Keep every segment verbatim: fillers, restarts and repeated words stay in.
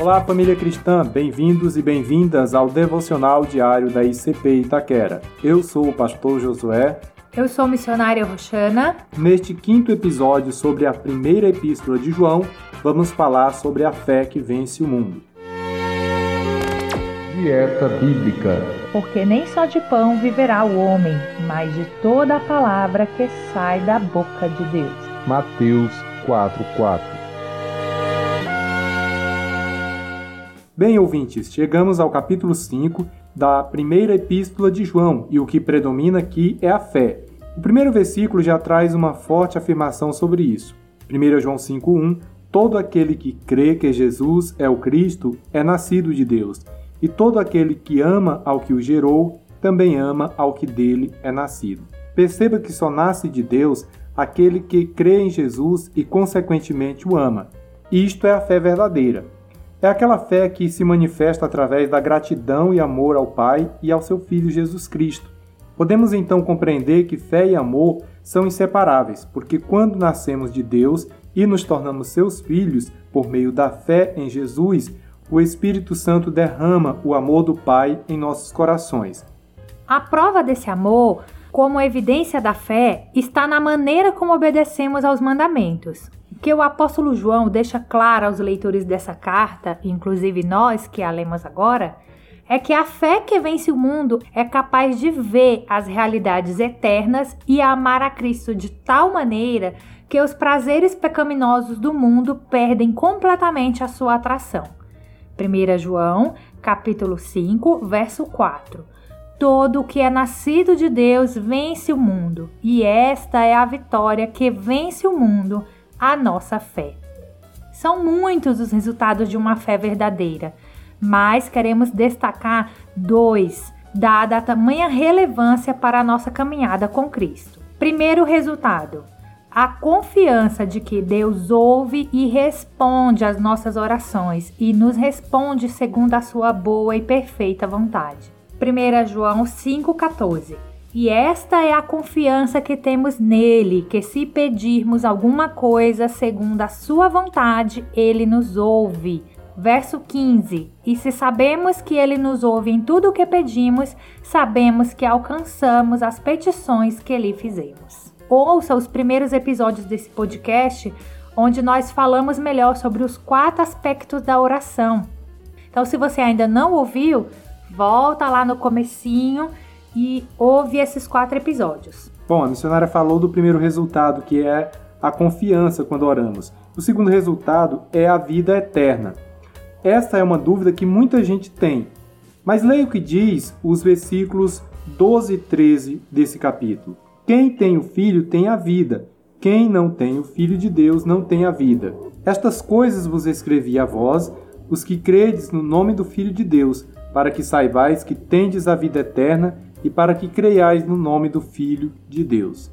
Olá, família cristã, bem-vindos e bem-vindas ao Devocional Diário da I C P Itaquera. Eu sou o pastor Josué. Eu sou missionária Roxana. Neste quinto episódio sobre a primeira epístola de João, vamos falar sobre a fé que vence o mundo. Dieta Bíblica. Porque nem só de pão viverá o homem, mas de toda a palavra que sai da boca de Deus. Mateus quatro, quatro. Bem, ouvintes, chegamos ao capítulo cinco da primeira epístola de João, e o que predomina aqui é a fé. O primeiro versículo já traz uma forte afirmação sobre isso. primeiro João cinco, um, todo aquele que crê que Jesus é o Cristo é nascido de Deus, e todo aquele que ama ao que o gerou também ama ao que dele é nascido. Perceba que só nasce de Deus aquele que crê em Jesus e, consequentemente, o ama. Isto é a fé verdadeira. É aquela fé que se manifesta através da gratidão e amor ao Pai e ao seu Filho Jesus Cristo. Podemos então compreender que fé e amor são inseparáveis, porque quando nascemos de Deus e nos tornamos seus filhos por meio da fé em Jesus, o Espírito Santo derrama o amor do Pai em nossos corações. A prova desse amor, como evidência da fé, está na maneira como obedecemos aos mandamentos. O que o apóstolo João deixa claro aos leitores dessa carta, inclusive nós que a lemos agora, é que a fé que vence o mundo é capaz de ver as realidades eternas e amar a Cristo de tal maneira que os prazeres pecaminosos do mundo perdem completamente a sua atração. primeiro João, capítulo cinco, verso quatro. Todo o que é nascido de Deus vence o mundo, e esta é a vitória que vence o mundo, a nossa fé. São muitos os resultados de uma fé verdadeira, mas queremos destacar dois, dada a tamanha relevância para a nossa caminhada com Cristo. Primeiro resultado, a confiança de que Deus ouve e responde às nossas orações e nos responde segundo a sua boa e perfeita vontade. primeiro João cinco, quatorze. E esta é a confiança que temos nele, que se pedirmos alguma coisa segundo a sua vontade, ele nos ouve. Verso quinze. E se sabemos que ele nos ouve em tudo o que pedimos, sabemos que alcançamos as petições que lhe fizemos. Ouça os primeiros episódios desse podcast, onde nós falamos melhor sobre os quatro aspectos da oração. Então, se você ainda não ouviu, volta lá no comecinho e ouve esses quatro episódios. Bom, a missionária falou do primeiro resultado, que é a confiança quando oramos. O segundo resultado é a vida eterna. Esta é uma dúvida que muita gente tem. Mas leia o que diz os versículos doze e treze desse capítulo. Quem tem o Filho tem a vida. Quem não tem o Filho de Deus não tem a vida. Estas coisas vos escrevi a vós, os que credes no nome do Filho de Deus, para que saibais que tendes a vida eterna e para que creiais no nome do Filho de Deus.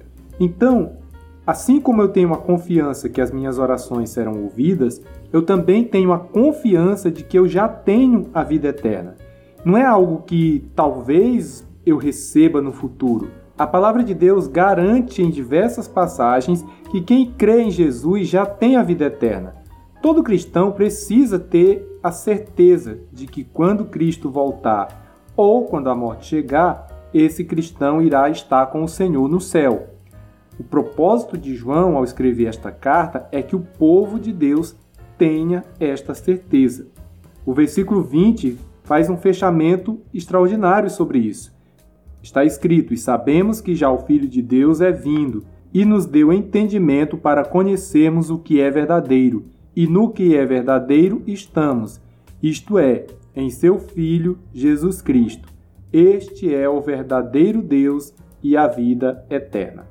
Então, assim como eu tenho a confiança que as minhas orações serão ouvidas, eu também tenho a confiança de que eu já tenho a vida eterna. Não é algo que talvez eu receba no futuro. A palavra de Deus garante em diversas passagens que quem crê em Jesus já tem a vida eterna. Todo cristão precisa ter a certeza de que quando Cristo voltar ou quando a morte chegar, esse cristão irá estar com o Senhor no céu. O propósito de João ao escrever esta carta é que o povo de Deus tenha esta certeza. O versículo vinte faz um fechamento extraordinário sobre isso. Está escrito: e sabemos que já o Filho de Deus é vindo e nos deu entendimento para conhecermos o que é verdadeiro, e no que é verdadeiro estamos, isto é, em seu Filho Jesus Cristo. Este é o verdadeiro Deus e a vida eterna.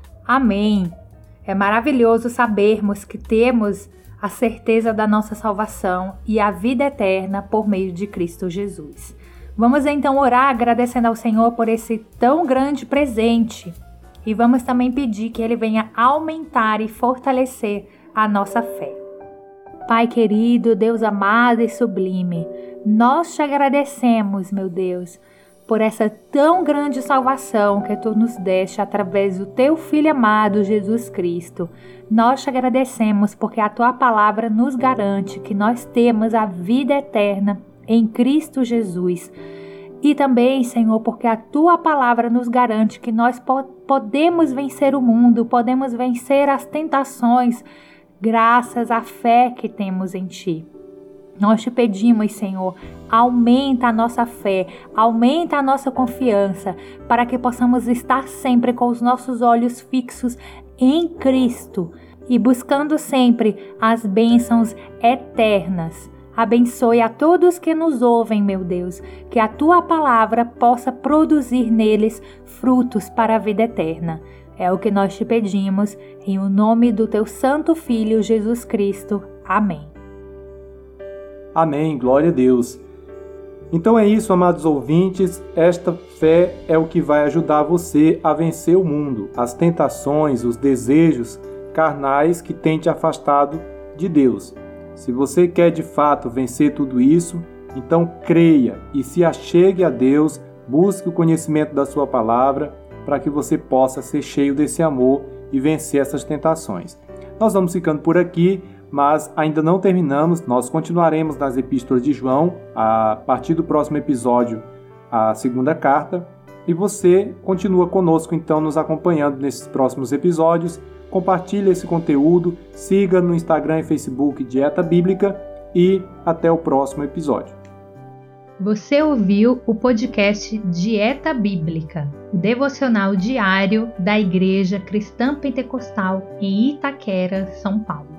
Amém! É maravilhoso sabermos que temos a certeza da nossa salvação e a vida eterna por meio de Cristo Jesus. Vamos então orar agradecendo ao Senhor por esse tão grande presente. E vamos também pedir que Ele venha aumentar e fortalecer a nossa fé. Pai querido, Deus amado e sublime, nós te agradecemos, meu Deus, por essa tão grande salvação que Tu nos deste através do Teu Filho amado, Jesus Cristo. Nós te agradecemos porque a Tua palavra nos garante que nós temos a vida eterna em Cristo Jesus. E também, Senhor, porque a Tua palavra nos garante que nós po- podemos vencer o mundo, podemos vencer as tentações, graças à fé que temos em Ti. Nós te pedimos, Senhor, aumenta a nossa fé, aumenta a nossa confiança, para que possamos estar sempre com os nossos olhos fixos em Cristo e buscando sempre as bênçãos eternas. Abençoe a todos que nos ouvem, meu Deus, que a Tua palavra possa produzir neles frutos para a vida eterna. É o que nós te pedimos, em o nome do Teu Santo Filho, Jesus Cristo. Amém. Amém, glória a Deus. Então é isso, amados ouvintes, esta fé é o que vai ajudar você a vencer o mundo, as tentações, os desejos carnais que têm te afastado de Deus. Se você quer de fato vencer tudo isso, então creia e se achegue a Deus, busque o conhecimento da sua palavra para que você possa ser cheio desse amor e vencer essas tentações. Nós vamos ficando por aqui, mas ainda não terminamos, nós continuaremos nas epístolas de João, a partir do próximo episódio, a segunda carta, e você continua conosco então nos acompanhando nesses próximos episódios. Compartilhe esse conteúdo, siga no Instagram e Facebook Dieta Bíblica e até o próximo episódio. Você ouviu o podcast Dieta Bíblica, o devocional diário da Igreja Cristã Pentecostal em Itaquera, São Paulo.